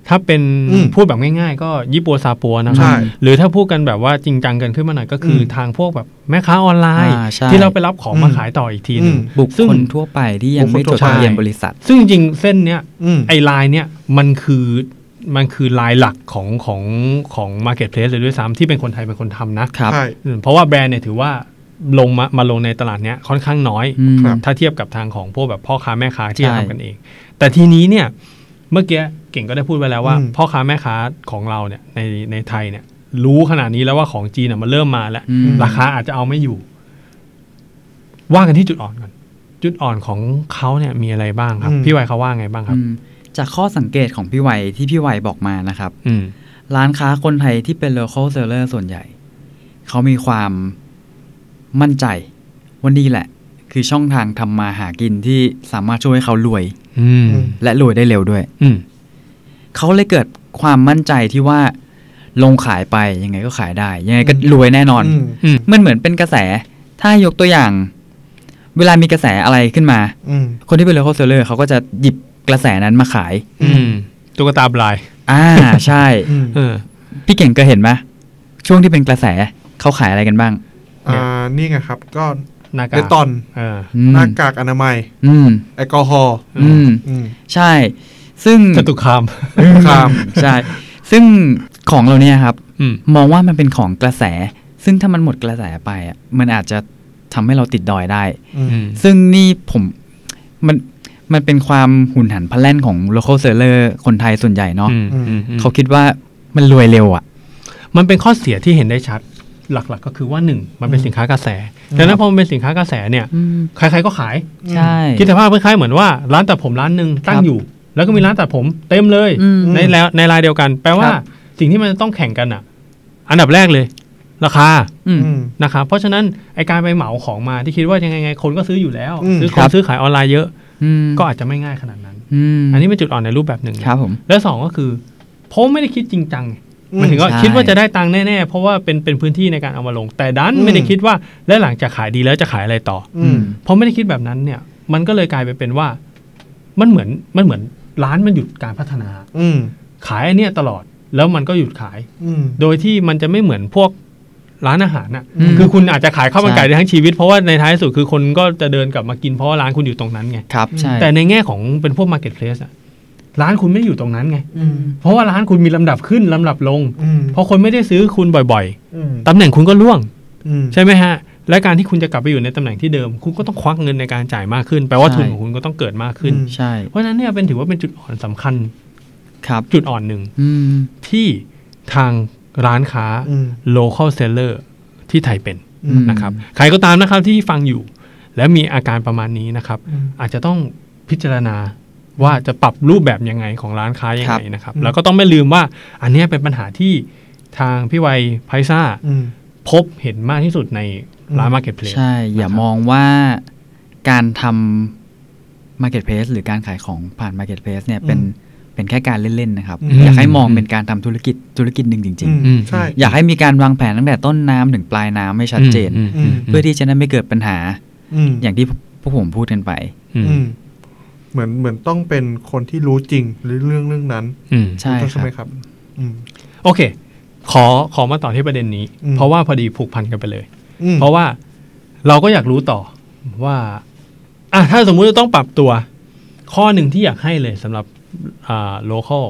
ถ้าเป็นพูดแบบง่ายๆก็ยี่ปัวซาปัวนะครับหรือถ้าพูดกันแบบว่าจริงจังกันขึ้นมาหน่อยก็คือทางพวกแบบแม่ค้าออนไลน์ที่เราไปรับของมาขายต่ออีกทีนึงบุคคลทั่วไปที่ยังไม่จดทะเบียนบริษัทซึ่งจริงๆเส้นเนี้ยไอ้ไลน์เนี้ยมันคือมันคือลายหลักของของของ Marketplace เลยด้วยซ้ำที่เป็นคนไทยเป็นคนทำนะครับเพราะว่าแบรนด์เนี่ยถือว่าลงมามาลงในตลาดเนี้ยค่อนข้างน้อยถ้าเทียบกับทางของพวกแบบพ่อค้าแม่ค้าที่ทำกันเองแต่ทีนี้เนี่ยเมื่อกี้เก่งก็ได้พูดไว้แล้วว่าพ่อค้าแม่ค้าของเราเนี่ยในในไทยเนี่ยรู้ขนาดนี้แล้วว่าของจีนมันเริ่มมาแล้วราคาอาจจะเอาไม่อยู่ว่ากันที่จุดอ่อนก่อนจุดอ่อนของเขาเนี่ยมีอะไรบ้างครับพี่ไวเขาว่าไงบ้างครับจากข้อสังเกตของพี่ไวที่พี่ไวบอกมานะครับร้านค้าคนไทยที่เป็น local seller ส่วนใหญ่เขามีความมั่นใจว่านี่แหละคือช่องทางทำมาหากินที่สามารถช่วยให้เขารวยและรวยได้เร็วด้วยเขาเลยเกิดความมั่นใจที่ว่าลงขายไปยังไงก็ขายได้ยังไงก็รวยแน่นอนมันเหมือนเป็นกระแสถ้ายกตัวอย่างเวลามีกระแสอะไรขึ้นมาคนที่เป็น local seller เขาก็จะหยิบกระแสนั้นมาขายตุ๊กตาบลายอ่าใช่พี่เก่งก็เห็นไหมช่วงที่เป็นกระแสเขาขายอะไรกันบ้างอ่านี่ไงครับก็หน้ากากตอนหน้ากากอนามัยแอลกอฮอล์ใช่ซึ่งจตุคามคามใช่ซึ่งของเราเนี่ยครับมองว่ามันเป็นของกระแสซึ่งถ้ามันหมดกระแสไปอ่ะมันอาจจะทำให้เราติดดอยได้ซึ่งนี่ผมมันมันเป็นความหุนหันพลันแล่นของ local seller คนไทยส่วนใหญ่เนาะเขาคิดว่ามันรวยเร็วอ่ะมันเป็นข้อเสียที่เห็นได้ชัดหลักๆ ก็คือว่าหนึ่งมันเป็นสินค้ากระแสดังนั้นพอมันเป็นสินค้ากระแสเนี่ยใครๆก็ขายใช่คิดสภาพคล้ายๆเหมือนว่าร้านตัดผมร้านนึงตั้งอยู่แล้วก็มีร้านตัดผมเต็มเลยในแล้วในรายเดียวกันแปลว่าสิ่งที่มันต้องแข่งกันอ่ะอันดับแรกเลยราคานะครับเพราะฉะนั้นไอการไปเหมาของมาที่คิดว่ายังไงคนก็ซื้ออยู่แล้วซื้อของซื้อขายออนไลน์เยอะก็อาจจะไม่ง่ายขนาดนั้นอันนี้เป็นจุดอ่อนในรูปแบบหนึ่งครับผมและสองก็คือเพราะไม่ได้คิดจริงจังหมายถึงว่าคิดว่าจะได้ตังค์แน่ๆเพราะว่าเป็นเป็นพื้นที่ในการเอามาลงแต่ดันไม่ได้คิดว่าและหลังจากขายดีแล้วจะขายอะไรต่อเพราะไม่ได้คิดแบบนั้นเนี่ยมันก็เลยกลายไปเป็นว่ามันเหมือนมันเหมือนร้านมันหยุดการพัฒนาขายอันเนี้ยตลอดแล้วมันก็หยุดขายโดยที่มันจะไม่เหมือนพวกร้านอาหารน่ะคือคุณอาจจะขายข้าวมันไก่ได้ทั้งชีวิตเพราะว่าในท้ายสุดคือคนก็จะเดินกลับมากินเพราะว่าร้านคุณอยู่ตรงนั้นไงครับใช่แต่ในแง่ของเป็นพวก marketplace อะร้านคุณไม่ได้อยู่ตรงนั้นไงเพราะว่าร้านคุณมีลำดับขึ้นลำดับลงเพราะคนไม่ได้ซื้อคุณบ่อยๆตำแหน่งคุณก็ร่วงใช่ไหมฮะและการที่คุณจะกลับไปอยู่ในตำแหน่งที่เดิมคุณก็ต้องควักเงินในการจ่ายมากขึ้นแปลว่าทุนของคุณก็ต้องเกิดมากขึ้นใช่เพราะฉะนั้นเนี่ยเป็นถือว่าเป็นจุดอ่อนสำคัญครับจุดอ่อนหนึ่งที่ทางร้านค้า local seller ที่ไทยเป็นนะครับใครก็ตามนะครับที่ฟังอยู่และมีอาการประมาณนี้นะครับอาจจะต้องพิจารณาว่าจะปรับรูปแบบยังไงของร้านค้ายังไงนะครับแล้วก็ต้องไม่ลืมว่าอันนี้เป็นปัญหาที่ทางพี่ไวไพซ่าพบเห็นมากที่สุดในร้าน Marketplace ใช่อย่ามองว่าการทำ Marketplace หรือการขายของผ่าน Marketplace เนี่ยเป็นเป็นแค่การเล่นๆนะครับอยากให้มองเป็นการทำธุรกิจธุรกิจหนึ่งจริงๆใช่อยากให้มีการวางแผนตั้งแต่ต้นน้ำถึงปลายน้ำให้ชัดเจนเพื่อที่จะได้ไม่เกิดปัญหาอย่างที่พวกผมพูดกันไปเหมือนเหมือนต้องเป็นคนที่รู้จริงหรือเรื่องเรื่องนั้นใช่ใช่ไหมครับโอเคขอขอมาต่อที่ประเด็นนี้เพราะว่าพอดีผูกพันกันไปเลยเพราะว่าเราก็อยากรู้ต่อว่าอ่ะถ้าสมมุติจะต้องปรับตัวข้อหนึ่งที่อยากให้เลยสำหรับอ่า local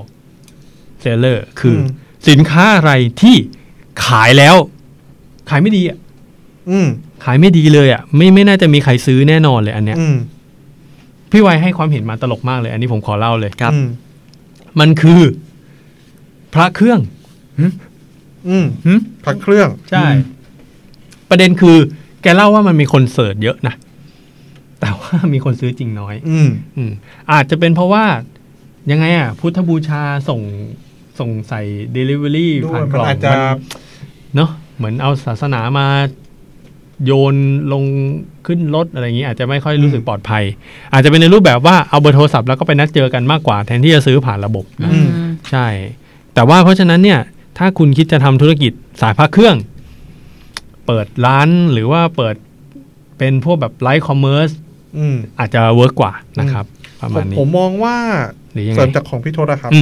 seller คือสินค้าอะไรที่ขายแล้วขายไม่ดีอ่ะขายไม่ดีเลยอ่ะไม่ไม่น่าจะมีใครซื้อแน่นอนเลยอันเนี้ยพี่ไวให้ความเห็นมาตลกมากเลยอันนี้ผมขอเล่าเลยครับมันคือพระเครื่องอืมพระเครื่องใช่ประเด็นคือแกเล่าว่ามันมีคนเสิร์ชเยอะนะแต่ว่ามีคนซื้อจริงน้อยอืมอืมอาจจะเป็นเพราะว่ายังไงอ่ะพุทธบูชาส่งส่งใส่ delivery ผ่านกล่องมันเนาะเหมือนเอาศาสนามาโยนลงขึ้นรถอะไรอย่างนี้อาจจะไม่ค่อยรู้สึกปลอดภัยอาจจะเป็นในรูปแบบว่าเอาเบอร์โทรศัพท์แล้วก็ไปนัดเจอกันมากกว่าแทนที่จะซื้อผ่านระบบนะใช่แต่ว่าเพราะฉะนั้นเนี่ยถ้าคุณคิดจะทำธุรกิจสายพระเครื่องเปิดร้านหรือว่าเปิดเป็นพวกแบบไลฟ์คอมเมอร์สอาจจะเวิร์กกว่านะครับประมาณนี้ผมมองว่าเสริมจากของพี่ทศนะครับ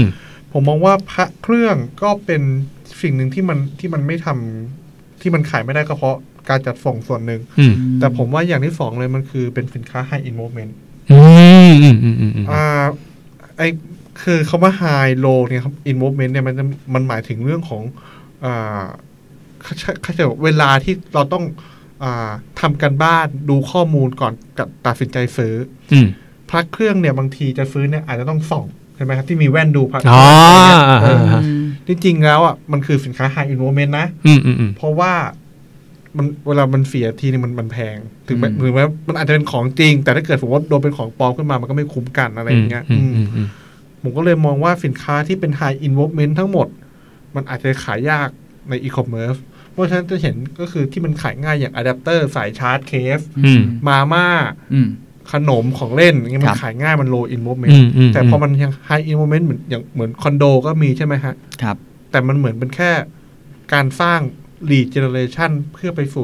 ผมมองว่าพระเครื่องก็เป็นสิ่งหนึ่งที่มันที่มันไม่ทำที่มันขายไม่ได้ก็เพราะการจัดส่งส่วนหนึ่งแต่ผมว่าอย่างที่สองเลยมันคือเป็นสินค้า high involvement อืมอืมอืมอืมอ่าไอคือคำว่า high low เนี่ยครับ involvement เนี่ยมันจะมันหมายถึงเรื่องของอ่าเขาจะเวลาที่เราต้องอ่าทำกันบ้านดูข้อมูลก่อนตัดสินใจซื้อพระเครื่องเนี่ยบางทีจะซื้อเนี่ยอาจจะต้องส่องใช่ไหมครับที่มีแว่นดูพระเครื่องจริงๆแล้วอ่ะมันคือสินค้า high involvement นะเพราะว่ามันเวลามันเสียทีนึงมันมันแพงถึงแม้ถึงแม้มันอาจจะเป็นของจริงแต่ถ้าเกิดสมมติว่าโดนเป็นของปลอมขึ้นมามันก็ไม่คุ้มกันอะไรอย่างเงี้ยผมก็เลยมองว่าสินค้าที่เป็น high involvement ทั้งหมดมันอาจจะขายยากใน e-commerce เพราะฉะนั้นจะเห็นก็คือที่มันขายง่ายอย่างอะแดปเตอร์สายชาร์จเคสมาม่าขนมของเล่นอย่างเงี้ยมันขายง่ายมัน low involvement แต่พอมันยัง high involvement เหมือนอย่างเหมือนคอนโดก็มีใช่ไหมฮะครับแต่มันเหมือนเป็นแค่การสร้างlead generation เพื่อไปสู่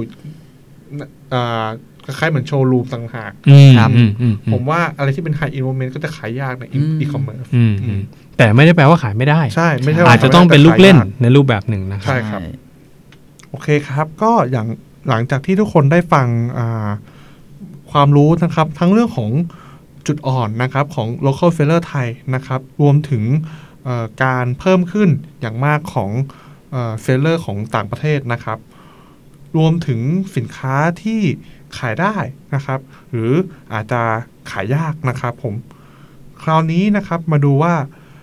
คล้ายๆเหมือนโชว์รูมต่างหากครับผมว่าอะไรที่เป็น high involvement ก็จะขายยากใน e-commerce แต่ไม่ได้แปลว่าขายไม่ได้ใช่ไม่ใช่อาจจะต้องเป็นลูกเล่นในรูปแบบหนึ่งนะครับใช่ครับโอเคครับก็อย่างหลังจากที่ทุกคนได้ฟังความรู้นะครับทั้งเรื่องของจุดอ่อนนะครับของ local seller ไทยนะครับรวมถึงการเพิ่มขึ้นอย่างมากของเซลเลอร์ของต่างประเทศนะครับรวมถึงสินค้าที่ขายได้นะครับหรืออาจจะขายยากนะครับผมคราวนี้นะครับมาดูว่า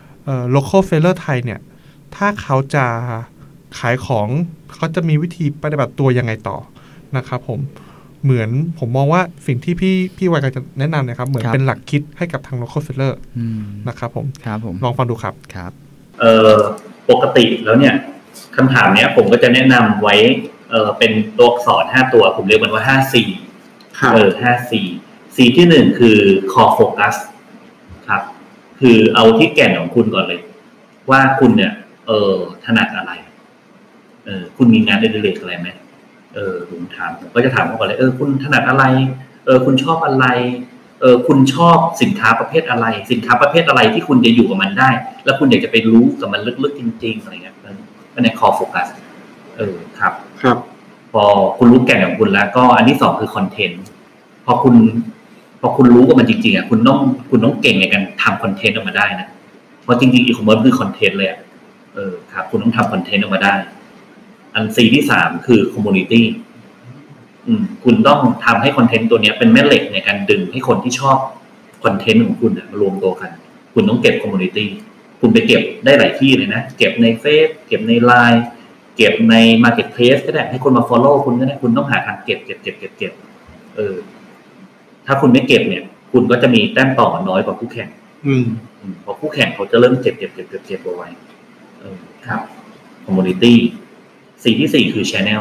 local seller ไทยเนี่ยถ้าเขาจะขายของเขาจะมีวิธีปฏิบัติตัวยังไงต่อนะครับผมเหมือนผมมองว่าสิ่งที่พี่พี่วัยกำลังจะแนะนำนะครับเหมือนเป็นหลักคิดให้กับทาง local seller นะครับผมครับผมลองฟังดูครับครับเอ่อปกติแล้วเนี่ยคำถามเนี้ยผมก็จะแนะนำไว้เออเป็นตัวอักษรห้าตัวผมเรียกมันว่า ห้า ซี เออ ห้า ซี ซี ที่หนึ่งคือ core focus ครับคือเอาที่แก่นของคุณก่อนเลยว่าคุณเนี่ยเออถนัดอะไรเออคุณมีงานอดิเรกอะไรไหมเออผมถามผมก็จะถามเขาก่อนเลยเออคุณถนัดอะไรเออคุณชอบอะไรเออคุณชอบสินค้าประเภทอะไรสินค้าประเภทอะไรที่คุณจะอยู่กับมันได้แล้วคุณอยากจะไปรู้กับมันลึกๆจริงๆอะไรเงี้ยก็ใน core focus เออครับครับพอคุณรู้แก่นของคุณแล้วก็อันที่สองคือคอนเทนต์พอคุณพอคุณรู้กับมันจริงๆอ่ะคุณต้องคุณต้องเก่งในการทำคอนเทนต์ออกมาได้นะเพราะจริงๆอีคอมเมิร์ซคือคอนเทนต์เลยอ่ะเออครับคุณต้องทำคอนเทนต์ออกมาได้อันซีที่สามคือคอมมูนิตี้อืมคุณต้องทำให้คอนเทนต์ตัวนี้เป็นแม่เหล็กในการดึงให้คนที่ชอบคอนเทนต์ของคุณมารวมตัวกันคุณต้องเก็บคอมมูนิตี้คุณไปเก็บได้หลายที่เลยนะเก็บในเฟซเก็บใน ไลน์ เก็บใน Marketplace ก็ได้ให้คนมา follow คุณก็ได้คุณต้องหาทางเก็บเก็บเก็บเก็บเก็บเออถ้าคุณไม่เก็บเนี่ยคุณก็จะมีแต้มต่อน้อยกว่าคู่แข่งอืมเพราะคู่แข่งเขาจะเริ่มเก็บเก็บเก็บเก็บเก็บเอาไว้เออครับ community สี่ที่สี่คือ channel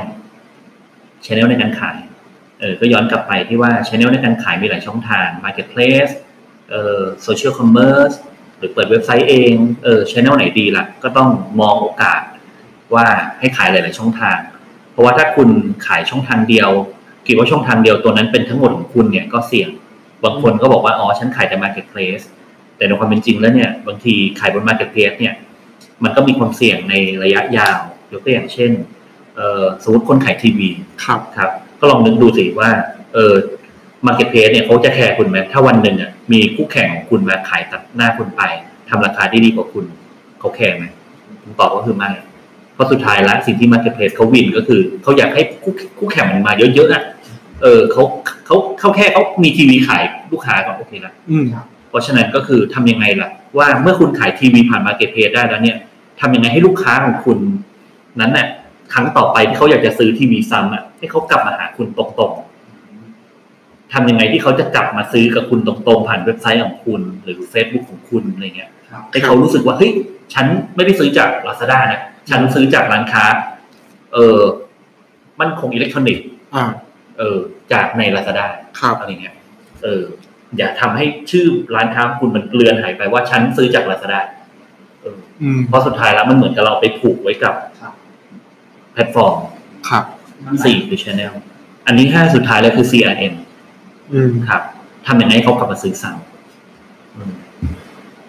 channel ในการขายเออก็ย้อนกลับไปที่ว่า channel ในการขายมีหลายช่องทาง Marketplace เอ่อ social commerce หรือเปิดเว็บไซต์เองเออ channel ไหนดีล่ะก็ต้องมองโอกาสว่าให้ขายหลายๆช่องทางเพราะว่าถ้าคุณขายช่องทางเดียวคิดว่าช่องทางเดียวตัวนั้นเป็นทั้งหมดของคุณเนี่ยก็เสี่ยงบางคนก็บอกว่าอ๋อฉันขายแต่ Marketplace แต่ในความเป็นจริงแล้วเนี่ยบางทีขายบน Marketplace เนี่ยมันก็มีความเสี่ยงในระยะยาวยกตัวอย่างเช่นเอ่อสมมติคนขายทีวีครับครับก็ลองนึกดูสิว่าเออ Marketplace เนี่ยเขาจะแคร์คุณไหมถ้าวันนึงอ่ะมีคู่แข่งของคุณมาขายตัดหน้าคุณไปทำราคาที่ดีกว่าคุณเขาแคร์ไหมคำตอบก็คือไม่เพราะสุดท้ายแล้วสิ่งที่ Marketplace เขาวินก็คือเขาอยากให้คู่คู่แข่งมันมาเยอะๆอ่ะเออเขาเขาเขาแค่เขามีทีวีขายลูกค้าก็โอเคละเพราะฉะนั้นก็คือทำยังไงล่ะว่าเมื่อคุณขายทีวีผ่าน Marketplace ได้แล้วเนี่ยทำยังไงให้ลูกค้าของคุณนั้นน่ะครั้งต่อไปที่เขาอยากจะซื้อทีวีซ้ำอ่ะให้เขากลับมาหาคุณตรงๆทำยังไงที่เขาจะกลับมาซื้อกับคุณตรงๆผ่านเว็บไซต์ของคุณหรือ Facebook ของคุณอะไรเงี้ยให้เขารู้สึกว่าเฮ้ยฉันไม่ได้ซื้อจาก Lazada นะฉันซื้อจากร้านค้าเออมั่นคงอิเล็กทรอนิกส์อ่าเออจากใน Lazada อะไรเงี้ยเอออย่าทำให้ชื่อร้านค้าคุณมันเกลื่อนหายไปว่าฉันซื้อจาก Lazada เออเพราะสุดท้ายแล้วมันเหมือนกับเราไปผูกไว้กับแพลตฟอร์มครับสี่คือ channel อันนี้ห้าสุดท้ายเลยคือ ซี อาร์ เอ็ม อืมครับทำยังไงให้เขากลับมาซื้อซ้ำ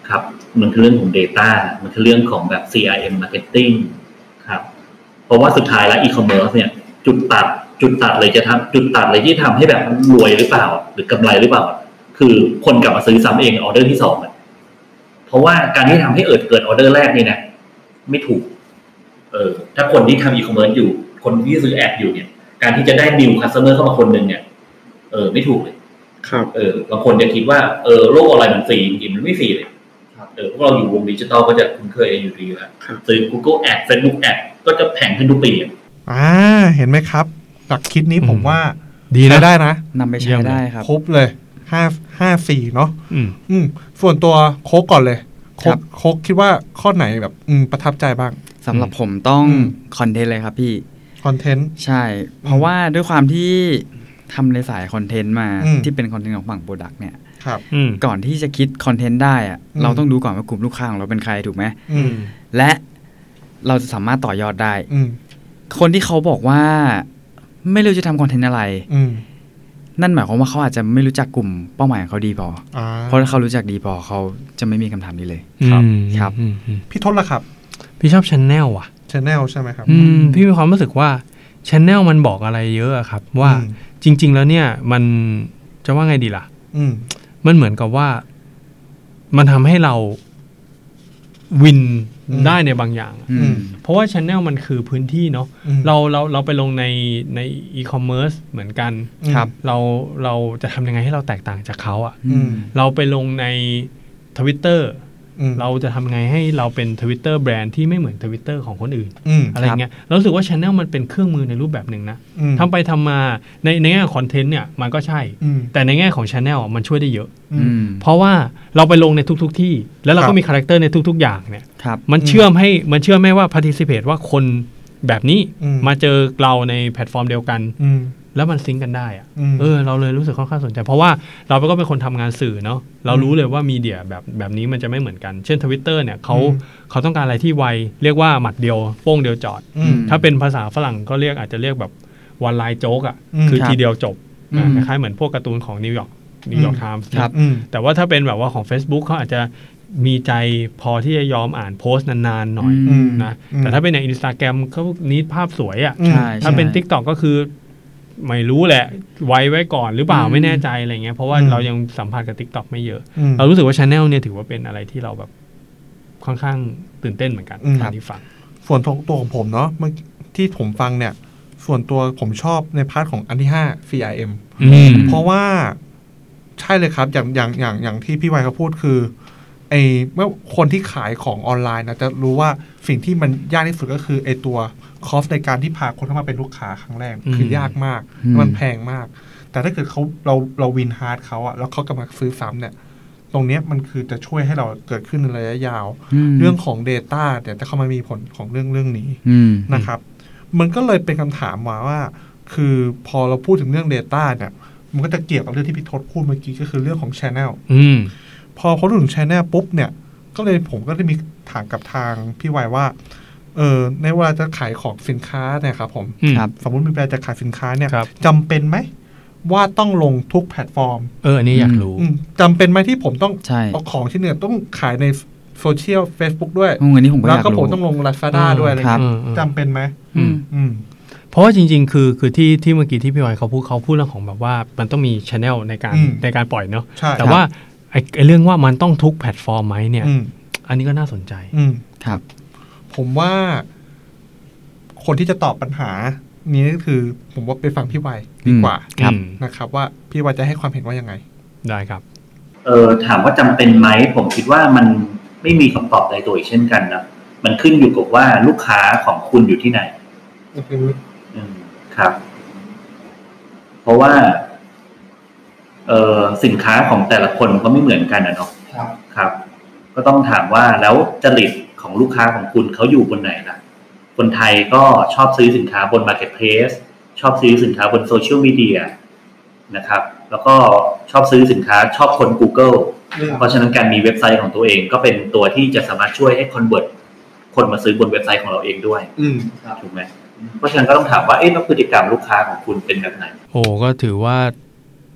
ครับมันคือเรื่องของ data มันคือเรื่องของแบบ ซี อาร์ เอ็ม marketing ครับเพราะว่าสุดท้ายแล้ว e-commerce เนี่ยจุดตัดจุดตัดเลยจะทำจุดตัดเลยที่ทำให้แบบรวยหรือเปล่าหรือกำไรหรือเปล่าคือคนกลับมาซื้อซ้ำเองออเดอร์ที่สองเพราะว่าการที่ทำให้เอิดเกิดออเดอร์แรกนี่นะไม่ถูกเออถ้าคนที่ทำ e-commerce อยู่คนที่ซื้อแอดอยู่เนี่ยการที่จะได้ new customer เข้ามาคนนึงเนี่ยเออไม่ถูกเลยครับเออบางคนจะคิดว่าเออโลกออนไลน์มันฟรีจริงๆมันไม่ฟรีเลยเออพวกเราอยู่วงดิจิตอลก็จะคุ้นเคยอยู่ดีแล้วซื้อ Google Ads Facebook Ads ก็จะแพงขึ้นทุกปีอ่าเห็นไหมครับหลักคิดนี้ผมว่าดีนะได้นะนำไปใช้ได้ครับครบเลยห้า ห้า สี่เนาะอืมอืมส่วนตัวโค้กก่อนเลยโค้กโค้กคิดว่าข้อไหนแบบอืมประทับใจบ้างสำหรับผมต้องคอนเทนต์เลยครับพี่คอนเทนต์ใช่เพราะว่าด้วยความที่ทำในสายคอนเทนต์มาที่เป็นคอนเทนต์ของฝั่งโปรดักต์เนี่ยก่อนที่จะคิดคอนเทนต์ได้อะเราต้องดูก่อนว่ากลุ่มลูกค้าของเราเป็นใครถูกไหมและเราจะสามารถต่อยอดได้คนที่เขาบอกว่าไม่รู้จะทำคอนเทนต์อะไรนั่นหมายความว่าเขาอาจจะไม่รู้จักกลุ่มเป้าหมายของเขาดีพอเพราะถ้าเขารู้จักดีพอเขาจะไม่มีคำถามนี้เลยครับครับพี่ทศล่ะครับพี่ชอบ channel อ่ะ channel ใช่ไหมครับอืมพี่มีความรู้สึกว่า channel มันบอกอะไรเยอะครับว่าจริงๆแล้วเนี่ยมันจะว่าไงดีล่ะมันเหมือนกับว่ามันทำให้เราวินได้ในบางอย่างเพราะว่า channel มันคือพื้นที่เนาะเราเราเราไปลงในใน e-commerce เหมือนกันครับเราเราจะทำยังไงให้เราแตกต่างจากเขาอ่ะเราไปลงใน Twitter เราจะทำไงให้เราเป็น Twitter แบรนด์ที่ไม่เหมือน Twitter ของคนอื่น อ, อะไรเงี้ยเรารู้สึกว่า Channel มันเป็นเครื่องมือในรูปแบบหนึ่งนะทำไปทำมาในในแง่คอนเทนต์เนี่ยมันก็ใช่แต่ในแง่ของ Channel มันช่วยได้เยอะเพราะว่าเราไปลงในทุกๆ ท, ที่แล้วเราก็มีคาแรคเตอร์ในทุกๆอย่างเนี่ยมันเชื่อมให้มันเชื่อมให้ว่า participate ว่าคนแบบนี้มาเจอเราในแพลตฟอร์มเดียวกันแล้วมันซิงก์กันได้อะเออเราเลยรู้สึกค่อนข้างสนใจเพราะว่าเราก็เป็นคนทำงานสื่อเนาะเรารู้เลยว่ามีเดียแบบแบบนี้มันจะไม่เหมือนกันเช่น Twitter เนี่ยเขาเขาต้องการอะไรที่ไวเรียกว่าหมัดเดียวโป้งเดียวจอดถ้าเป็นภาษาฝรั่งก็เรียกอาจจะเรียกแบบวันไลน์โจ๊กอ่ะคือทีเดียวจบคล้ายๆเหมือนพวกการ์ตูนของนิวยอร์กนิวยอร์กไทมส์แต่ว่าถ้าเป็นแบบว่าของ Facebook เขาอาจจะมีใจพอที่จะยอมอ่านโพสต์นานๆหน่อยนะแต่ถ้าเป็นใน Instagram เขานิดภาพสวยอ่ะถ้าเป็น TikTok ก็คือไม่รู้แหละไว้ไว้ก่อนหรือเปล่าไม่แน่ใจอะไรเงี้ยเพราะว่าเรายังสัมผัสกับ TikTok ไม่เยอะเรารู้สึกว่า Channel เนี่ยถือว่าเป็นอะไรที่เราแบบค่อนข้างตื่นเต้นเหมือนกันตอนที่ฟังส่วนตัวของผมเนาะที่ผมฟังเนี่ยส่วนตัวผมชอบในพาร์ทของอันที่ห้า ซี อาร์ เอ็ม เพราะว่าใช่เลยครับอย่างอย่างอย่างอย่างที่พี่วัยเขาพูดคือไอ้เมื่อคนที่ขายของออนไลน์นะจะรู้ว่าสิ่งที่มันยากที่สุดก็คือไอ้ตัวคอสในการที่พาคนเข้ามาเป็นลูกค้าครั้งแรกคือยากมากมันแพงมากแต่ถ้าเกิดเขาเราเราวินฮาร์ดเขาอะแล้วเขากลับมาซื้อซ้ำเนี่ยตรงนี้มันคือจะช่วยให้เราเกิดขึ้นในระยะยาวเรื่องของ Data เนี่ยจะเข้ามามีผลของเรื่องเรื่องนี้นะครับมันก็เลยเป็นคำถามมาว่าคือพอเราพูดถึงเรื่อง Data เนี่ยมันก็จะเกี่ยวกับเรื่องที่พี่ทศพูดเมื่อกี้ก็คือเรื่องของ Channel พอเขาถึง Channel ปุ๊บเนี่ยก็เลยผมก็ได้มีถามกับทางพี่วัยว่าเออในเวลาจะขายของสินค้าเนี่ยครับผมสมมติมีแบรนด์จะขายสินค้าเนี่ยจำเป็นไหมว่าต้องลงทุกแพลตฟอร์มเอออันนี้อยากรู้จำเป็นไหมที่ผมต้องเอาของที่เนี่ยต้องขายในโซเชียล Facebook ด้วยแล้วก็ผมต้องลง Lazada ด้วยอะไรอย่างเงี้ยจำเป็นไหมเพราะว่าจริงๆคือคือที่ที่เมื่อกี้ที่พี่วัยเขาพูดเขาพูดเรื่องของแบบว่ามันต้องมี channel ในการในการปล่อยเนาะแต่ว่าไอ้เรื่องว่ามันต้องทุกแพลตฟอร์มไหมเนี่ยอันนี้ก็น่าสนใจครับผมว่าคนที่จะตอบปัญหานี้ก็คือผมว่าไปฟังพี่วัยดีกว่านะครับว่าพี่วัยจะให้ความเห็นว่ายังไงได้ครับเออถามว่าจำเป็นไหมผมคิดว่ามันไม่มีคำตอบใดตัวอีกเช่นกันนะมันขึ้นอยู่กับว่าลูกค้าของคุณอยู่ที่ไหนอืมครับเพราะว่าเอ่อสินค้าของแต่ละคนก็ไม่เหมือนกันนะเนาะครับครับก็ต้องถามว่าแล้วจริตของลูกค้าของคุณเขาอยู่บนไหนล่ะคนไทยก็ชอบซื้อสินค้าบน Marketplace ชอบซื้อสินค้าบนโซเชียลมีเดียนะครับแล้วก็ชอบซื้อสินค้าชอบคน Google เพราะฉะนั้นการมีเว็บไซต์ของตัวเองก็เป็นตัวที่จะสามารถช่วยให้ convert คนมาซื้อบนเว็บไซต์ของเราเองด้วยถูกไหมเพราะฉะนั้นก็ต้องถามว่าเอ๊ะแล้วพฤติกรรมลูกค้าของคุณเป็นแบบไหนโอ้ก็ถือว่าถ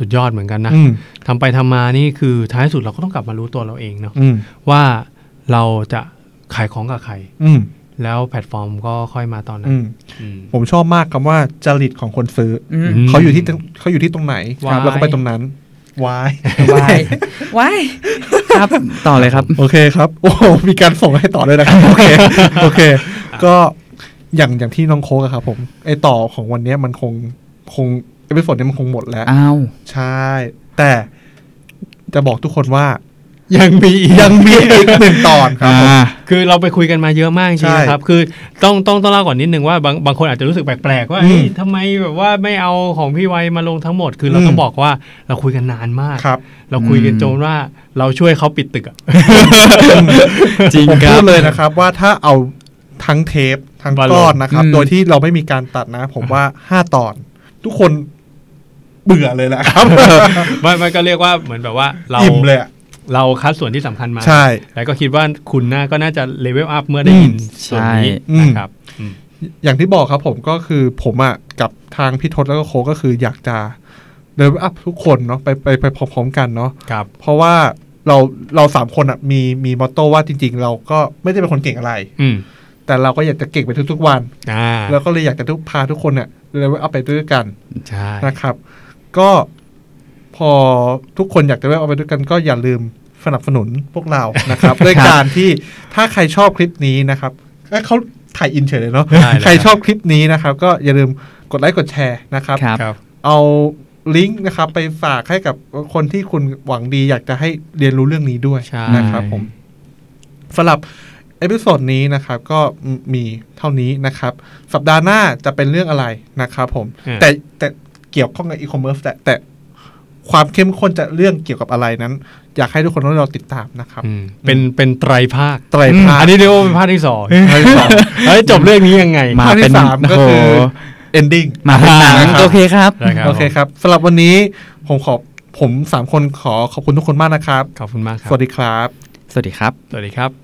สุดยอดเหมือนกันนะทำไปทำมานี่คือท้ายสุดเราก็ต้องกลับมารู้ตัวเราเองเนาะว่าเราจะขายของกับใครแล้วแพลตฟอร์มก็ค่อยมาตอนนั้นผมชอบมากคำว่าจริตของคนซื้อเขาอยู่ที่เขาอยู่ที่ตรงไหนแล้วก็ไปตรงนั้นวายวายวายครับต่อเลยครับโอเคครับโอ้มีการส่งให้ต่อเลยนะครับโอเคโอเคก็อย่างอย่างที่น้องโค้กครับผมไอต่อของวันนี้มันคงคงเอพิโซดนี้มันคงหมดแล้วอ้าวใช่แต่จะบอกทุกคนว่ายังมียังมีอีกหนึ่งตอนครับคือเราไปคุยกันมาเยอะมากจริงๆครับคือต้องต้องต้องเล่าก่อนนิดนึงว่าบางบางคนอาจจะรู้สึกแปลกๆว่าเฮ้ยทำไมแบบว่าไม่เอาของพี่ไวมาลงทั้งหมดคือเราต้องบอกว่าเราคุยกันนานมากเราคุยกันจนว่าเราช่วยเขาปิดตึกอ่ะจริงครับผมพูดเลยนะครับว่าถ้าเอาทั้งเทปทั้งก้อนนะครับโดยที่เราไม่มีการตัดนะผมว่าห้าตอนทุกคนเบื่อเลยแหละครับไม่ไม่ก็เรียกว่าเหมือนแบบว่าเราอิ่มเลยเราคัดส่วนที่สำคัญมาใช่แล้วก็คิดว่าคุณน่าก็น่าจะเลเวลอัพเมื่อได้ยินส่วนนี้นะครับอย่างที่บอกครับผมก็คือผมอ่ะกับทางพี่ทศแล้วก็โคก็คืออยากจะเลเวลอัพทุกคนเนาะไปไปไปพร้อมๆกันเนาะเพราะว่าเราเราสามคนอ่ะมีมีมอตโต้ว่าจริงๆเราก็ไม่ได้เป็นคนเก่งอะไรแต่เราก็อยากจะเก่งไปทุกๆวันแล้วก็เลยอยากจะทุกพาทุกคนเนี่ยเลเวลอัพไปด้วยกันนะครับก็พอทุกคนอยากจะเลเวลอัพไปด้วยกันก็อย่าลืมสนับสนุนพวกเรานะครับด้วยการที่ถ้าใครชอบคลิปนี้นะครับเขาถ่ายอินเฉยเลยเนาะใครชอบคลิปนี้นะครับก็อย่าลืมกดไลค์กดแชร์นะครับเอาลิงก์นะครับไปฝากให้กับคนที่คุณหวังดีอยากจะให้เรียนรู้เรื่องนี้ด้วยนะครับผมสำหรับเอพิโซดนี้นะครับก็มีเท่านี้นะครับสัปดาห์หน้าจะเป็นเรื่องอะไรนะครับผมแต่แต่เกี่ยวข้องกับอีคอมเมิร์ซแต่แต่ความเข้มข้นจะเรื่องเกี่ยวกับอะไรนั้นอยากให้ทุกคนเราติดตามนะครับเป็นเป็นไตรภาคไตรภาคอันนี้เรียกว่าเป็นภาคที่สองแล้วจบเรื่องนี้ยังไงภาคที่สามก็คือ ending มาเป็นหนังโอเคครับโอเคครับสำหรับวันนี้ผมขอผมสามคนขอขอบคุณทุกคนมากนะครับขอบคุณมากครับสวัสดีครับสวัสดีครับสวัสดีครับ